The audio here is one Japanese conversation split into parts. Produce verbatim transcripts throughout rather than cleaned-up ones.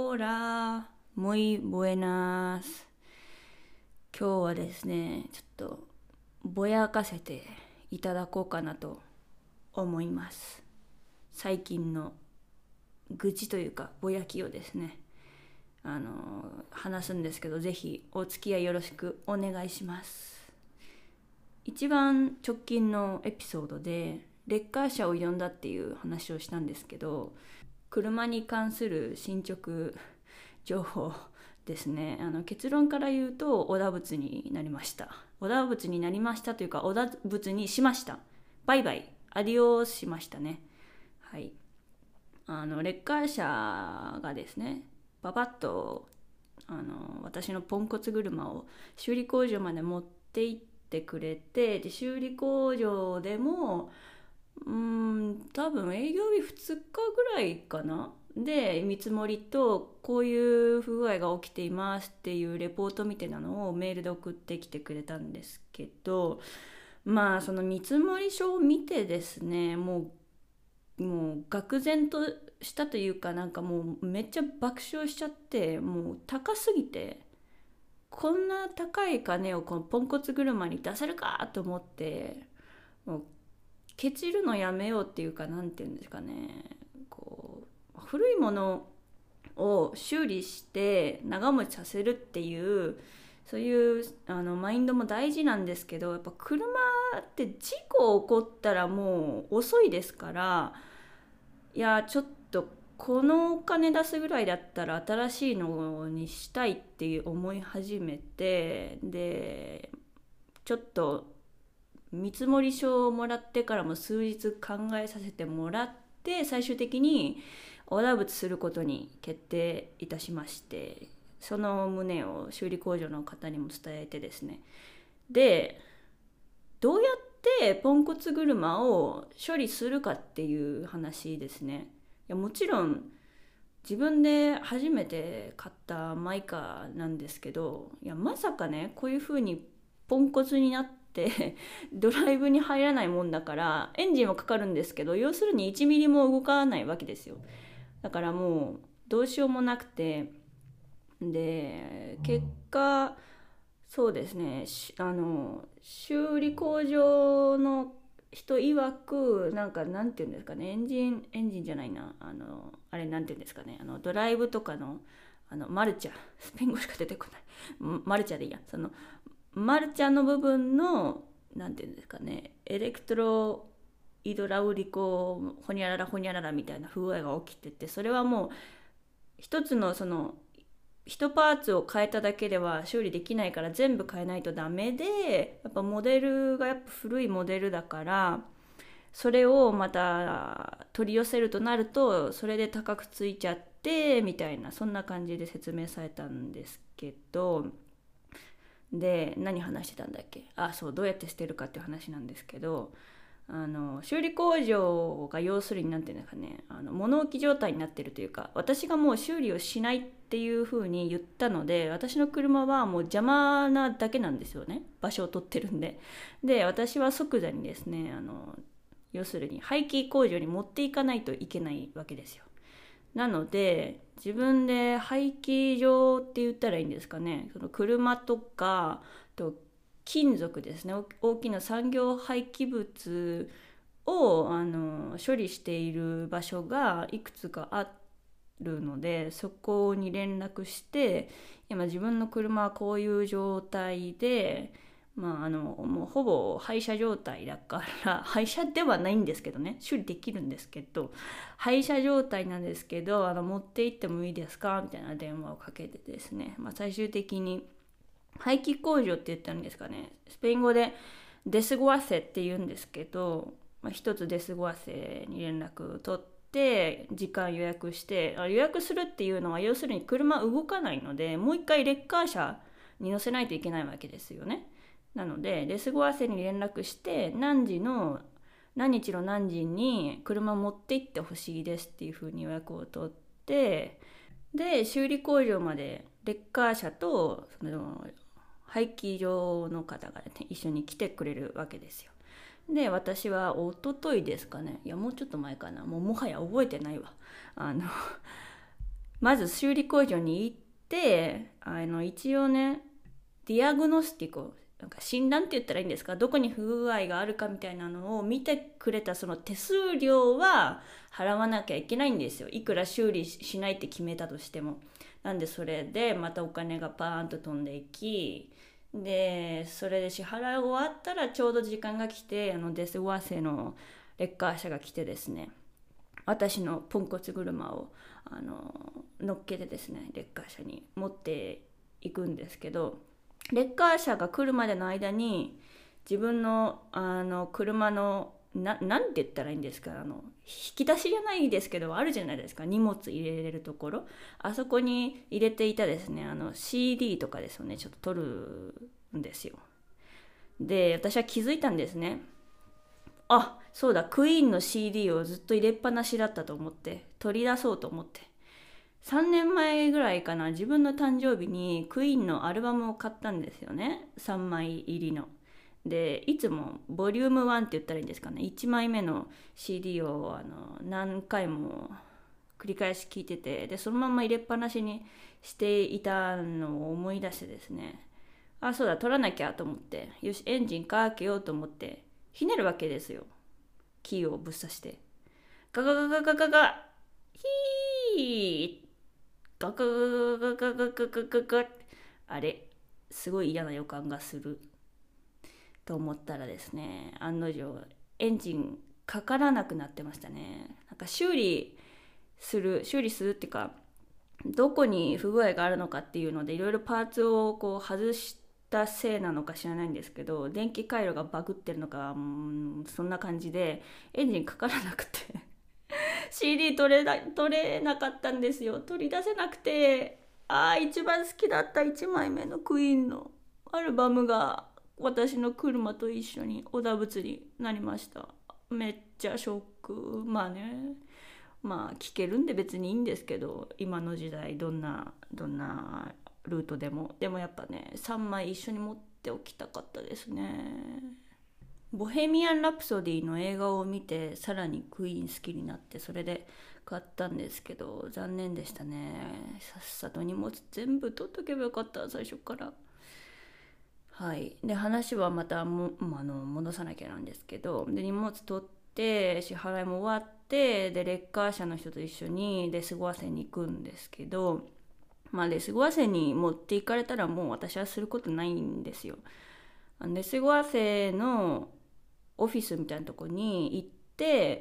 Hola, muy buenas。今日はですね、ちょっとぼやかせていただこうかなと思います。最近の愚痴というかぼやきをですね、あの話すんですけど、ぜひお付き合いよろしくお願いします。一番直近のエピソードでレッカー車を呼んだっていう話をしたんですけど、車に関する進捗情報ですね。あの結論から言うと小田仏になりました。小田仏になりましたというか、小田仏にしました。バイバイアディオスしましたね。はい。あのレッカー車がですね、パパッとあの私のポンコツ車を修理工場まで持って行ってくれて、で修理工場でもうーん多分営業日ふつかぐらいかな、で見積もりとこういう不具合が起きていますっていうレポートみたいなのをメールで送ってきてくれたんですけど、まあその見積もり書を見てですね、もうもう愕然としたというか、なんかもうめっちゃ爆笑しちゃって、もう高すぎて、こんな高い金をこのポンコツ車に出せるかと思って、もうケチるのやめようっていうか、なんていうんですかね、こう古いものを修理して長持ちさせるっていう、そういうあのマインドも大事なんですけど、やっぱ車って事故起こったらもう遅いですから、いやちょっとこのお金出すぐらいだったら新しいのにしたいっていう思い始めて、でちょっと見積書をもらってからも数日考えさせてもらって、最終的にオーダー物することに決定いたしまして、その旨を修理工場の方にも伝えてですね、でどうやってポンコツ車を処理するかっていう話ですね。いやもちろん自分で初めて買ったマイカーなんですけど、いやまさかね、こういう風にポンコツになってドライブに入らないもんだから、エンジンはかかるんですけど、要するにいちミリも動かないわけですよ。だからもうどうしようもなくて、で結果そうですね、あの修理工場の人曰く、なんかなんていうんですかね、エンジンエンジンじゃないな、あのあれなんていうんですかね、あのドライブとかのあのマルチャ、スペイン語しか出てこないマルチャでいいや、そのマルチャの部分のなんていうんですかね、エレクトロイドラウリコホニャララホニャララみたいな不具合が起きてて、それはもう一つのその一パーツを変えただけでは修理できないから、全部変えないとダメで、やっぱモデルがやっぱ古いモデルだから、それをまた取り寄せるとなるとそれで高くついちゃってみたいな、そんな感じで説明されたんですけど、で何話してたんだっけ、あそう、どうやって捨てるかっていう話なんですけど、あの修理工場が要するに何て言うんですかね、あの物置状態になってるというか、私がもう修理をしないっていう風に言ったので、私の車はもう邪魔なだけなんですよね、場所を取ってるんで。で私は即座にですね、あの要するに廃棄工場に持っていかないといけないわけですよ。なので自分で廃棄場って言ったらいいんですかね、その車とかと金属ですね、大きな産業廃棄物をあの処理している場所がいくつかあるので、そこに連絡して、今自分の車はこういう状態で、まあ、あのもうほぼ廃車状態だから廃車ではないんですけどね、修理できるんですけど廃車状態なんですけど、あの持って行ってもいいですかみたいな電話をかけてですね、まあ、最終的に廃棄工場って言ったんですかね、スペイン語でデスゴアセって言うんですけど、まあ、一つデスゴアセに連絡取って時間予約して、予約するっていうのは要するに車動かないので、もう一回レッカー車に乗せないといけないわけですよね。なのでデスゴアセに連絡して、何時の何日の何時に車持って行ってほしいですっていう風に予約を取って、で修理工場までレッカー車とその廃棄場の方が、ね、一緒に来てくれるわけですよ。で私は一昨日ですかね、いやもうちょっと前かな、もうもはや覚えてないわ、あのまず修理工場に行って、あの一応ね、ディアグノスティコ、なんか診断って言ったらいいんですか、どこに不具合があるかみたいなのを見てくれたその手数料は払わなきゃいけないんですよ。いくら修理しないって決めたとしても。なんでそれでまたお金がパーンと飛んでいき、でそれで支払い終わったらちょうど時間が来て、あのデスゴアセのレッカー車が来てですね、私のポンコツ車をあの乗っけてですね、レッカー車に持っていくんですけど、レッカー車が来るまでの間に自分のあの車のななんて言ったらいいんですか、あの引き出しじゃないですけどあるじゃないですか、荷物入れれるところ、あそこに入れていたですね、あの シーディー とかですよね、ちょっと取るんですよ。で私は気づいたんですね。あ、そうだ、クイーンの シーディー をずっと入れっぱなしだったと思って取り出そうと思って、さんねんまえぐらいかな、自分の誕生日にクイーンのアルバムを買ったんですよね、さんまい入りの。でいつもボリュームワンって言ったらいいんですかね、いちまいめの シーディー をあの何回も繰り返し聞いてて、でそのまま入れっぱなしにしていたのを思い出してですね、あ、そうだ、取らなきゃと思って、よしエンジンかけようと思ってひねるわけですよ、キーをぶっ刺して、ガガガガガガガヒー、ガガガガガガガガガガガ、あれ、すごい嫌な予感がすると思ったらですね、案の定エンジンかからなくなってましたね。なんか修理する修理するっていうか、どこに不具合があるのかっていうのでいろいろパーツをこう外したせいなのか知らないんですけど、電気回路がバグってるのか、うん、そんな感じでエンジンかからなくてシーディー 取れな取れなかったんですよ。取り出せなくて、あー、一番好きだったいちまいめのクイーンのアルバムが私の車と一緒におだぶつになりました。めっちゃショック。まあね、まあ聞けるんで別にいいんですけど、今の時代どんなどんなルートでも、でもやっぱねさんまい一緒に持っておきたかったですね。ボヘミアン・ラプソディの映画を見てさらにクイーン好きになって、それで買ったんですけど残念でしたね。さっさと荷物全部取っとけばよかった、最初から。はい、で話はまたもあの戻さなきゃなんですけど、で荷物取って支払いも終わって、でレッカー車の人と一緒にデスゴアセに行くんですけど、まあデスゴアセに持っていかれたらもう私はすることないんですよ。あのデスゴアセのオフィスみたいなとこに行って、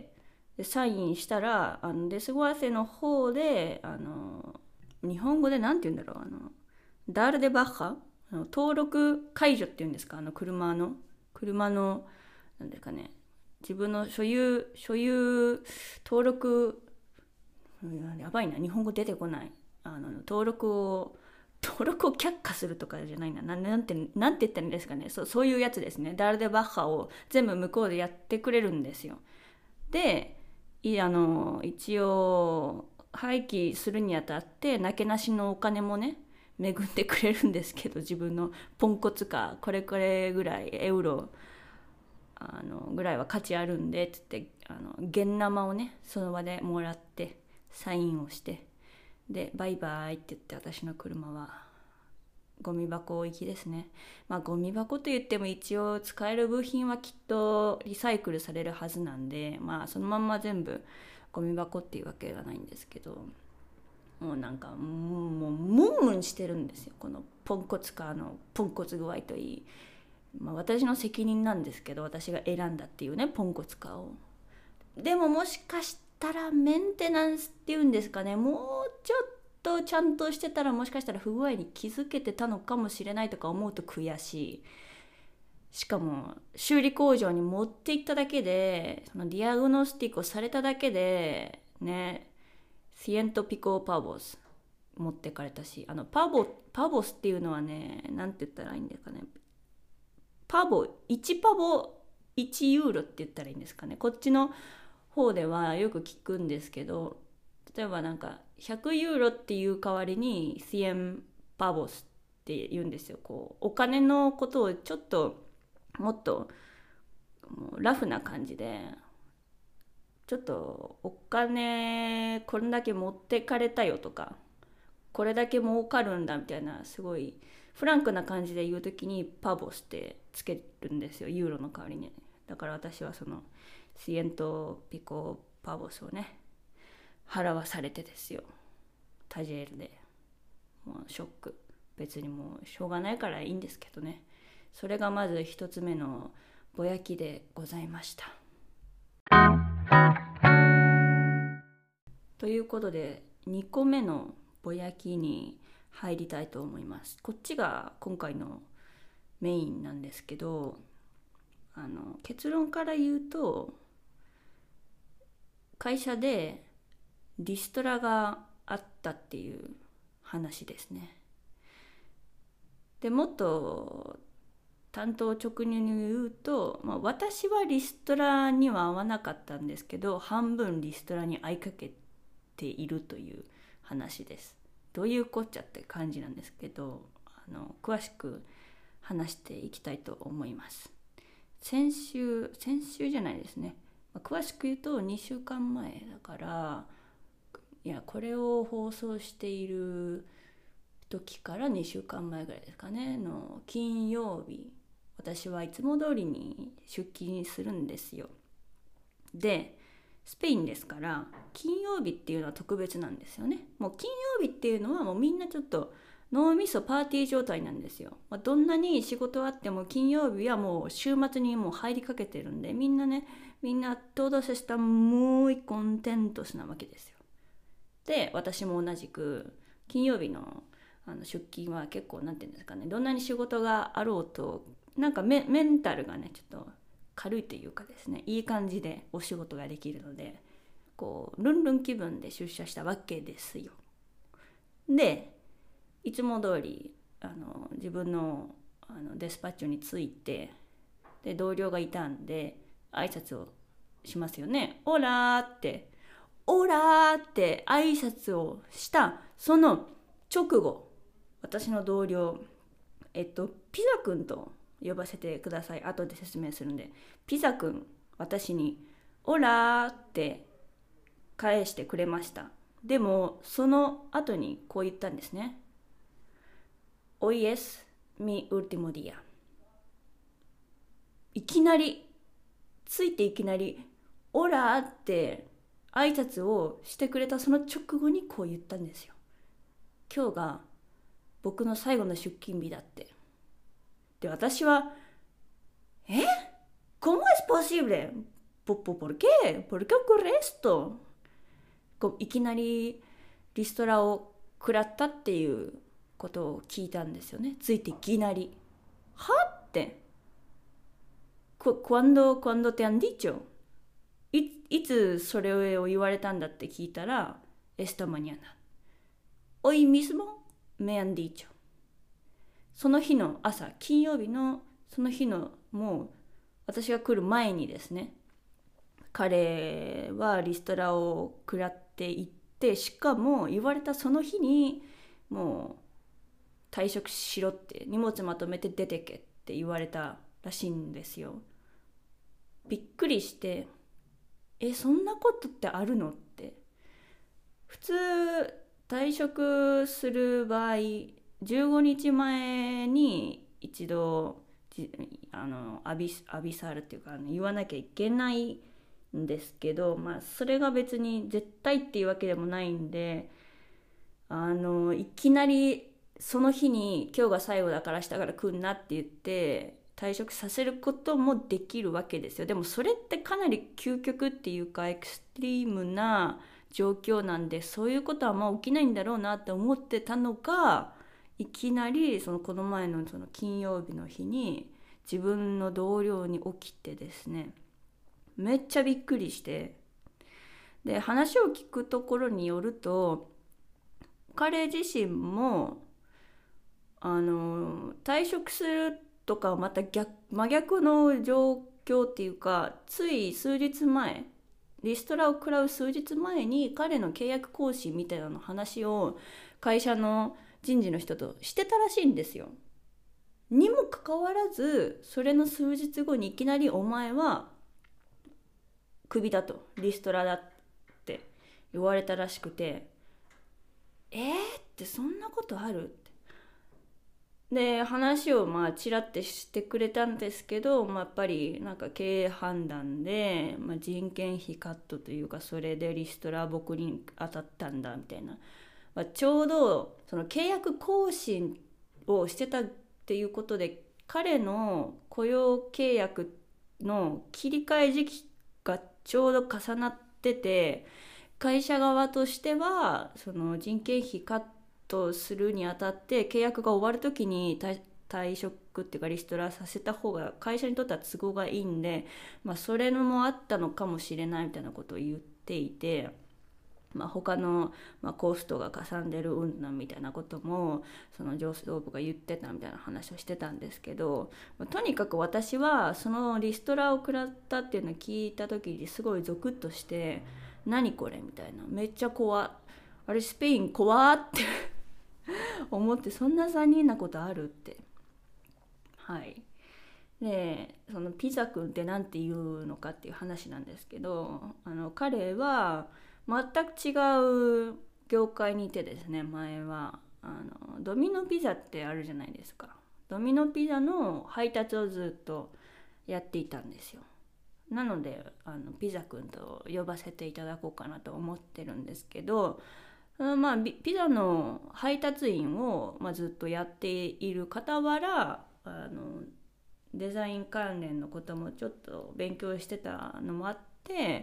でサインしたら、あのデスゴアセの方であの日本語でなんて言うんだろう、あのダールデバッハ、登録解除っていうんですか、あの車の車のなんですかね、自分の所有所有登録、やばいな、日本語出てこない、あの登録を登録を却下するとかじゃないな、ななんてなんて言ったらいいんですかね、そそういうやつですね。ダールデバッハを全部向こうでやってくれるんですよ。でいあの一応廃棄するにあたってなけなしのお金もね恵んでくれるんですけど、自分のポンコツかこれこれぐらいエウロあのぐらいは価値あるんでっつって、あの現生をねその場でもらってサインをして、でバイバイって言って私の車はゴミ箱行きですね。まあゴミ箱といっても一応使える部品はきっとリサイクルされるはずなんで、まあそのまんま全部ゴミ箱っていうわけではないんですけど、もうなんかもうもうムンムンしてるんですよ、このポンコツカーのポンコツ具合といい、まあ、私の責任なんですけど、私が選んだっていうねポンコツカーを。でももしかしたらメンテナンスっていうんですかね、もうちょっとちゃんとしてたらもしかしたら不具合に気づけてたのかもしれないとか思うと悔しい。しかも修理工場に持って行っただけで、そのディアグノスティックをされただけでね、シエントピコパボス持ってかれたし、あのパボパボスっていうのはね、なんて言ったらいいんですかね、パボいちパボいちユーロって言ったらいいんですかね、こっちの方ではよく聞くんですけど、例えばなんかひゃくユーロっていう代わりにシエンパボスって言うんですよ。こうお金のことをちょっともっともうラフな感じで、ちょっとお金これだけ持ってかれたよとか、 これだけ儲かるんだみたいな、すごいフランクな感じで言うときにパボスってつけるんですよ、ユーロの代わりに。だから私はそのシエントピコパボスをね払わされてですよ、タジェールで。もうショック。別にもうしょうがないからいいんですけどね。それがまず一つ目のぼやきでございました。ということでにこめのぼやきに入りたいと思います。こっちが今回のメインなんですけど、あの結論から言うと、会社でリストラがあったっていう話ですね。でもっと担当直入に言うと、まあ、私はリストラには合わなかったんですけど、半分リストラに合いかけているという話です。どういうこっちゃって感じなんですけど、あの詳しく話していきたいと思います。先週先週じゃないですね、まあ、詳しく言うとにしゅうかんまえだから、いやこれを放送している時からにしゅうかんまえぐらいですかねの金曜日、私はいつも通りに出勤するんですよ。でスペインですから金曜日っていうのは特別なんですよね。もう金曜日っていうのはもうみんなちょっと脳みそパーティー状態なんですよ。まあ、どんなに仕事あっても金曜日はもう週末にもう入りかけてるんで、みんなねみんなtodos están muy contentosなわけですよ。で私も同じく金曜日のあの出勤は結構なんていうんですかね、どんなに仕事があろうとなんか メ, メンタルがねちょっと軽いというかですね、いい感じでお仕事ができるので、こうルンルン気分で出社したわけですよ。でいつも通りあの自分のあのデスパッチョに着いて、で同僚がいたんで挨拶をしますよね。オラーってオラーって挨拶をしたその直後、私の同僚えっとピザくんと呼ばせてください。後で説明するんで。ピザくん私にオラーって返してくれました。でもその後にこう言ったんですね。Hoy es mi último día。いきなりついていきなりオラーって挨拶をしてくれたその直後にこう言ったんですよ。今日が僕の最後の出勤日だって。で私はえ ¿Cómo es posible? ¿Por, por qué? ¿Por qué ocurre esto? こういきなりリストラを食らったっていうことを聞いたんですよね。ついていきなりはって ¿Cuándo, cuándo te han dicho? い, いつそれを言われたんだって聞いたら Esta mañana Hoy mismo me han dicho。 その日の朝、金曜日のその日のもう私が来る前にですね、彼はリストラを食らっていって、しかも言われたその日にもう退職しろって、荷物まとめて出てけって言われたらしいんですよ。びっくりして、えそんなことってあるのって。普通退職する場合じゅうごにちまえに一度あのアビアビサールっていうか言わなきゃいけないんですけど、まあそれが別に絶対っていうわけでもないんで、あのいきなりその日に今日が最後だから明日から来んなって言って退職させることもできるわけですよ。でもそれってかなり究極っていうかエクストリームな状況なんで、そういうことはまあ起きないんだろうなって思ってたのが、いきなりそのこの前のその金曜日の日に自分の同僚に起きてですね、めっちゃびっくりして、で話を聞くところによると彼自身もあの退職するとかまた逆真逆の状況っていうか、つい数日前リストラを食らう数日前に彼の契約更新みたいなの話を会社の人事の人としてたらしいんですよ。にもかかわらずそれの数日後にいきなりお前はクビだと、リストラだって言われたらしくて、えーってそんなことあるって。で話をまあちらってしてくれたんですけど、まあ、やっぱりなんか経営判断で、まあ、人件費カットというか、それでリストラは僕に当たったんだみたいな、まあ、ちょうどその契約更新をしてたっていうことで、彼の雇用契約の切り替え時期がちょうど重なってて、会社側としてはその人件費カットするにあたって契約が終わる時に退退職っていうかリストラさせた方が会社にとっては都合がいいんで、まあ、それのもあったのかもしれないみたいなことを言っていて、まあ、他の、まあ、コストがかさんでる云々みたいなこともその上層部が言ってたみたいな話をしてたんですけど、まあ、とにかく私はそのリストラを食らったっていうのを聞いた時にすごいゾクッとして、何これみたいな、めっちゃ怖あれスペイン怖って思って、そんな残忍なことあるって。はい。でそのピザ君って何て言うのかっていう話なんですけど、あの彼は全く違う業界にいてですね、前はあのドミノピザってあるじゃないですか。ドミノピザの配達をずっとやっていたんですよ。なのであのピザ君と呼ばせていただこうかなと思ってるんですけど、まあピザの配達員を、まあ、ずっとやっている傍ら、あのデザイン関連のこともちょっと勉強してたのもあって、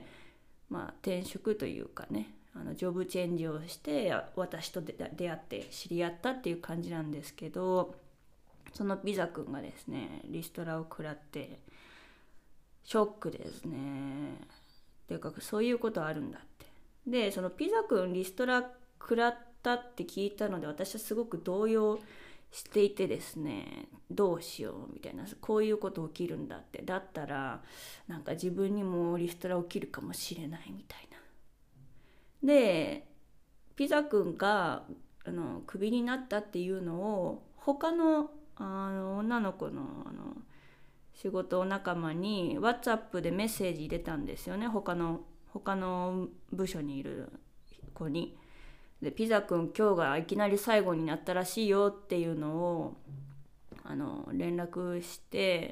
まあ、転職というかね、あのジョブチェンジをして私と出会って知り合ったっていう感じなんですけど、そのピザ君がですねリストラを食らってショックですね。っていうかそういうことあるんだって。でそのピザ君リストラ食らったって聞いたので、私はすごく動揺していてですね、どうしようみたいな、こういうこと起きるんだって、だったらなんか自分にもリストラ起きるかもしれないみたいな。でピザ君があのクビになったっていうのを他の、あの女の子の、あの仕事仲間に WhatsApp でメッセージ入れたんですよね、他の他の部署にいる子に。でピザ君今日がいきなり最後になったらしいよっていうのをあの連絡して、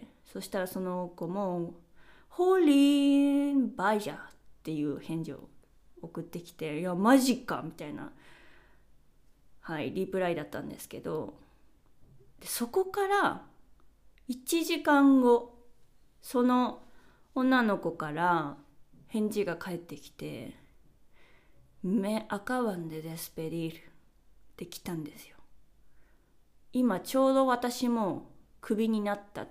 そしたらその子もホーリーバイジャーっていう返事を送ってきて、いやマジかみたいな、はいリプライだったんですけど、でそこからいちじかんご、その女の子から返事が返ってきて、Me acaban de despedirって来たんですよ。今ちょうど私もクビになったって。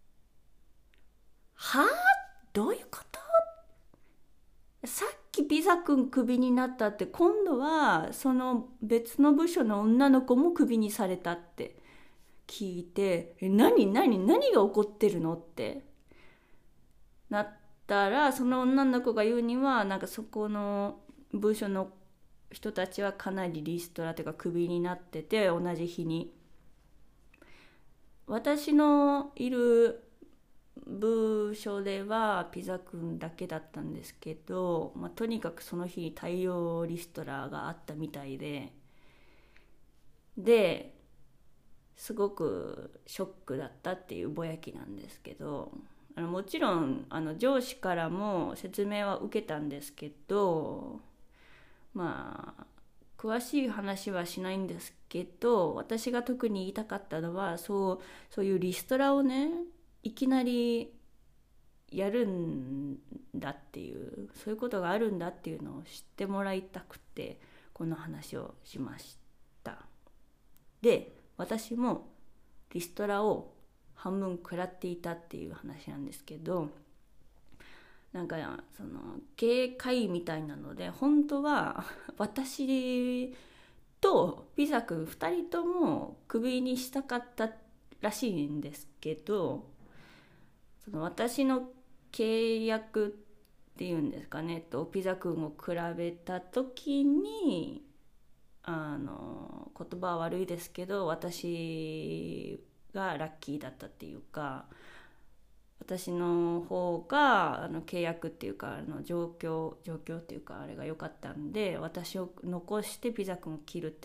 はあ、どういうこと？さっきピザ君クビになったって、今度はその別の部署の女の子もクビにされたって聞いて、え何何何が起こってるのってなったら、その女の子が言うには、なんかそこの部署の人たちはかなりリストラというかクビになってて、同じ日に。私のいる部署ではピザ君だけだったんですけど、まあ、とにかくその日大量リストラがあったみたいで、ですごくショックだったっていうぼやきなんですけど、あのもちろんあの上司からも説明は受けたんですけど、まあ詳しい話はしないんですけど、私が特に言いたかったのは、そうそういうリストラをねいきなりやるんだっていう、そういうことがあるんだっていうのを知ってもらいたくてこの話をしました。で私もリストラを半分食らっていたっていう話なんですけど、なんかその経営会議みたいなので、本当は私とピザ君ふたりともクビにしたかったらしいんですけど、その私の契約っていうんですかねとピザ君を比べた時に、あの言葉は悪いですけど私がラッキーだったっていうか、私の方があの契約っていうかあの状況状況っていうかあれが良かったんで、私を残してピザ君を切るってなっ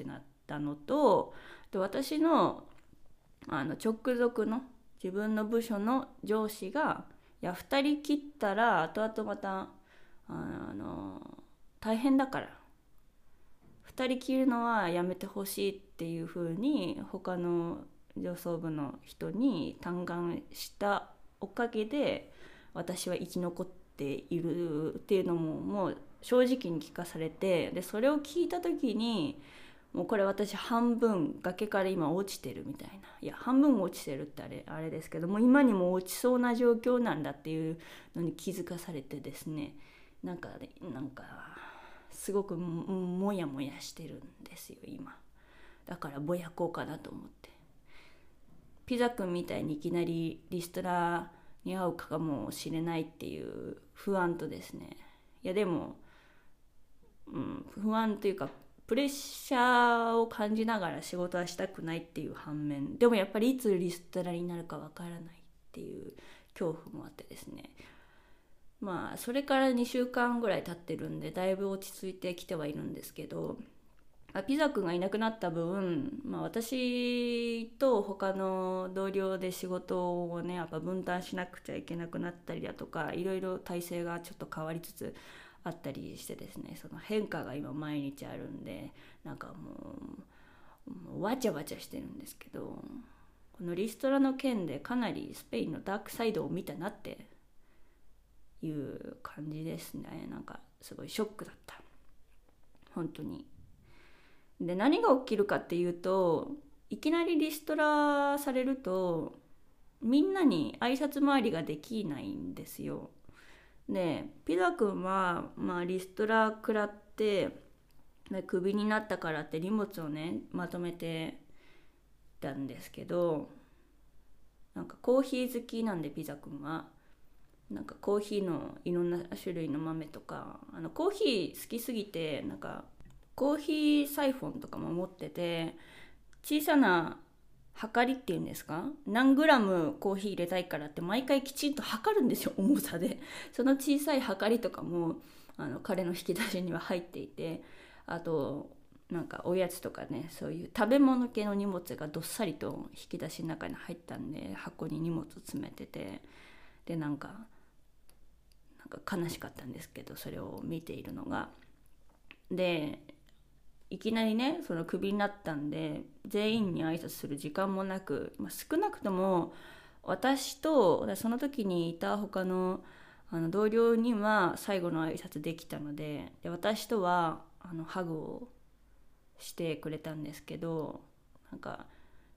たのと、で私の、あの直属の自分の部署の上司が、いやふたり切ったら後々またあの大変だからふたり切るのはやめてほしいっていうふうに他の上層部の人に嘆願したおかげで私は生き残っているっていうのももう正直に聞かされて、でそれを聞いた時にもうこれ私半分崖から今落ちてるみたいな、いや半分落ちてるってあれあれですけども、今にも落ちそうな状況なんだっていうのに気づかされてですね、なんかなんかすごくもやもやしてるんですよ今。だからぼやこうかなと思って、ピザ君みたいにいきなりリストラに会うかもしれないっていう不安とですね、いやでも、うん、不安というかプレッシャーを感じながら仕事はしたくないっていう反面、でもやっぱりいつリストラになるかわからないっていう恐怖もあってですね、まあそれからにしゅうかんぐらい経ってるんでだいぶ落ち着いてきてはいるんですけど、ピザ君がいなくなった分、まあ、私と他の同僚で仕事をねやっぱ分担しなくちゃいけなくなったりだとか、いろいろ体制がちょっと変わりつつあったりしてですね、その変化が今毎日あるんで、なんかもう、もうわちゃわちゃしてるんですけど、このリストラの件でかなりスペインのダークサイドを見たなっていう感じですね。なんかすごいショックだった本当に。で何が起きるかっていうと、いきなりリストラされるとみんなに挨拶回りができないんですよ。でピザ君は、まあ、リストラ食らってクビになったからって荷物をねまとめてたんですけど、なんかコーヒー好きなんでピザ君はなんかコーヒーのいろんな種類の豆とか、あのコーヒー好きすぎてなんかコーヒーサイフォンとかも持ってて、小さな測りっていうんですか、何グラムコーヒー入れたいからって毎回きちんと測るんですよ、重さで。その小さい測りとかもあの彼の引き出しには入っていて、あとなんかおやつとかね、そういう食べ物系の荷物がどっさりと引き出しの中に入ったんで、箱に荷物詰めてて、でなんかなんか悲しかったんですけど、それを見ているのが。でいきなりねそのクビになったんで全員に挨拶する時間もなく、まあ、少なくとも私とその時にいた他のあの同僚には最後の挨拶できたので、で私とはあのハグをしてくれたんですけど、なんか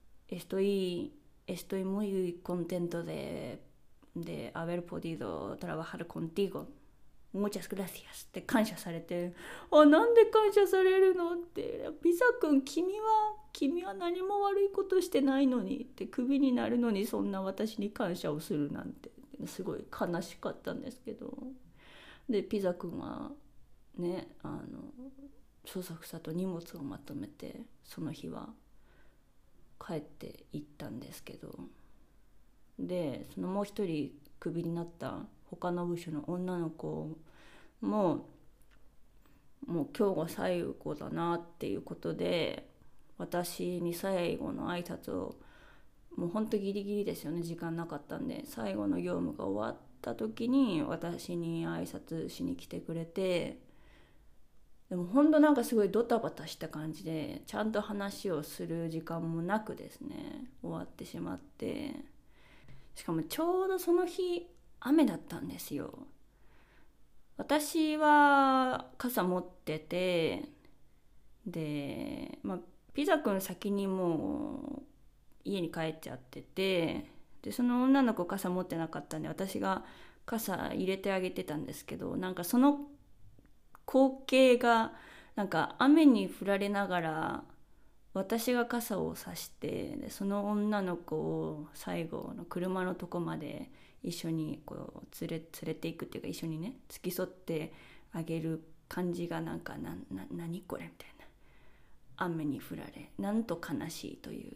「Estoy, estoy muy contento de, de haber podido trabajar contigo. Muchas gracias」って感謝されて、あ、なんで感謝されるのって、ピザ君君は君は何も悪いことしてないのにって、クビになるのにそんな私に感謝をするなんてすごい悲しかったんですけど、でピザ君はねあのそそくさと荷物をまとめてその日は帰って行ったんですけど、でそのもう一人クビになった他の部署の女の子ももう今日が最後だなっていうことで私に最後の挨拶を、もうほんとギリギリですよね、時間なかったんで、最後の業務が終わった時に私に挨拶しに来てくれて、でもほんとなんかすごいドタバタした感じでちゃんと話をする時間もなくですね終わってしまって、しかもちょうどその日雨だったんですよ。私は傘持ってて、で、まあ、ピザくん先にもう家に帰っちゃってて、でその女の子傘持ってなかったんで私が傘入れてあげてたんですけど、なんかその光景がなんか雨に降られながら私が傘を差して、でその女の子を最後の車のとこまで一緒にこう連れ、連れていくっていうか、一緒にね付き添ってあげる感じがなんかなな何これみたいな、雨に降られなんと悲しいという、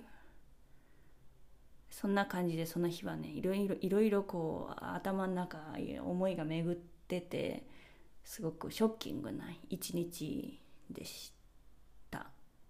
そんな感じでその日はねいろいろいろいろこう頭の中思いが巡ってて、すごくショッキングな一日でした。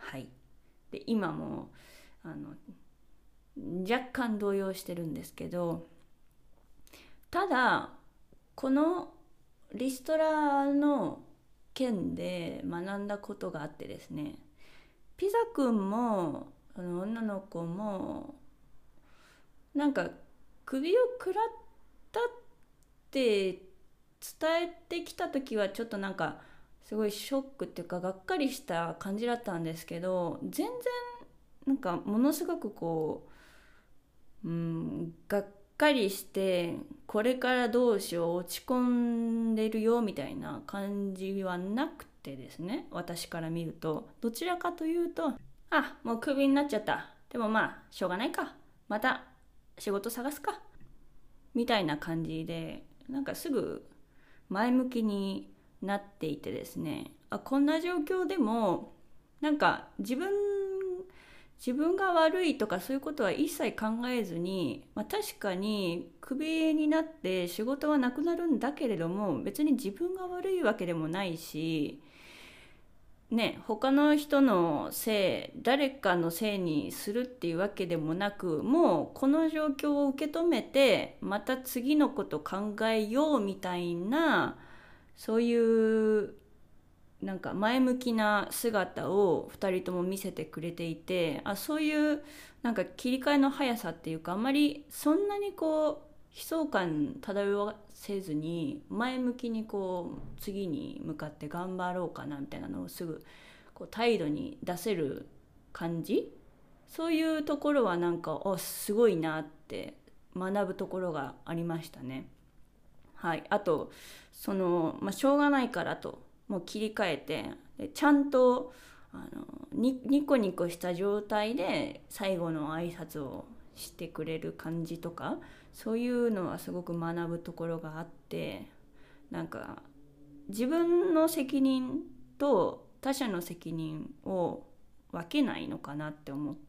はい。で今もあの若干動揺してるんですけど、ただこのリストラの件で学んだことがあってですね、ピザくんもあの女の子もなんか首を食らったって伝えてきた時はちょっとなんかすごいショックっていうかがっかりした感じだったんですけど、全然なんかものすごくこう、うん、がっかりしてこれからどうしよう落ち込んでるよみたいな感じはなくてですね、私から見るとどちらかというと、あ、もうクビになっちゃった、でもまあしょうがないか、また仕事探すかみたいな感じで、なんかすぐ前向きになっていてですね、あ、こんな状況でもなんか自分自分が悪いとかそういうことは一切考えずに、まあ、確かにクビになって仕事はなくなるんだけれども、別に自分が悪いわけでもないしね、他の人のせい、誰かのせいにするっていうわけでもなく、もうこの状況を受け止めてまた次のこと考えようみたいな、そういうなんか前向きな姿をふたりとも見せてくれていて、あ、そういうなんか切り替えの速さっていうか、あんまりそんなにこう悲壮感漂わせずに前向きにこう次に向かって頑張ろうかなみたいなのをすぐこう態度に出せる感じ、そういうところはなんかあすごいなって学ぶところがありましたね。はい、あとその、まあ、しょうがないからともう切り替えて、でちゃんとあのニニコニコした状態で最後の挨拶をしてくれる感じとか、そういうのはすごく学ぶところがあって、なんか自分の責任と他者の責任を分けないのかなって思って、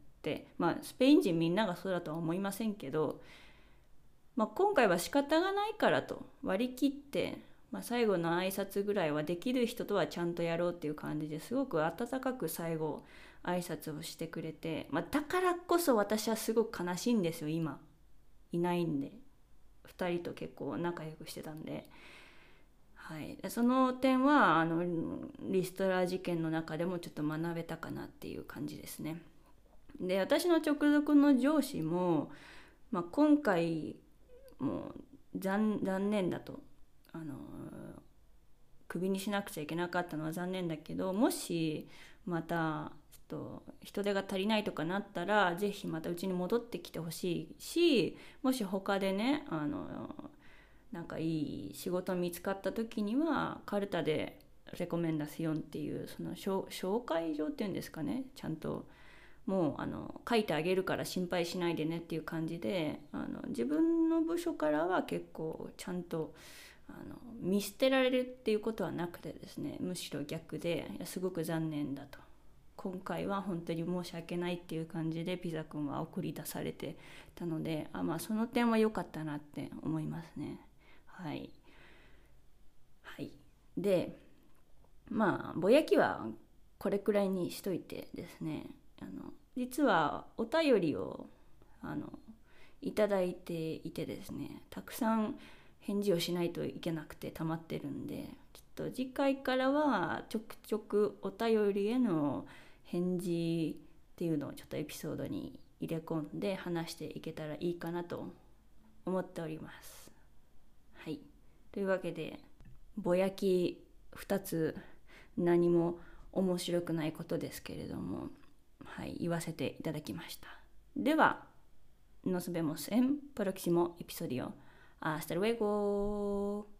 まあスペイン人みんながそうだとは思いませんけど、まあ、今回は仕方がないからと割り切って、まあ、最後の挨拶ぐらいはできる人とはちゃんとやろうっていう感じですごく温かく最後挨拶をしてくれて、まあ、だからこそ私はすごく悲しいんですよ。今いないんで、ふたりと結構仲良くしてたんで、はい、その点はあのリストラ事件の中でもちょっと学べたかなっていう感じですね。で私の直属の上司も、まあ、今回もう 残, 残念だと、あのクビにしなくちゃいけなかったのは残念だけど、もしまたちょっと人手が足りないとかなったらぜひまたうちに戻ってきてほしいし、もし他でねあのなんかいい仕事見つかった時にはカルタでレコメンダシオンっていうその紹介状っていうんですかね、ちゃんともうあの書いてあげるから心配しないでねっていう感じで、あの自分の部署からは結構ちゃんとあの見捨てられるっていうことはなくてですね、むしろ逆で、いやすごく残念だと、今回は本当に申し訳ないっていう感じでピザ君は送り出されてたので、あ、まあその点は良かったなって思いますね。はい、はい、でまあぼやきはこれくらいにしといてですね、あの実はお便りをあのいただいていてですね、たくさん返事をしないといけなくて溜まってるんで、ちょっと次回からはちょくちょくお便りへの返事っていうのをちょっとエピソードに入れ込んで話していけたらいいかなと思っております。はい、というわけでぼやきふたつ、何も面白くないことですけれども、はい、言わせていただきました。ではnos vemos en próximo episodio. Hasta luego.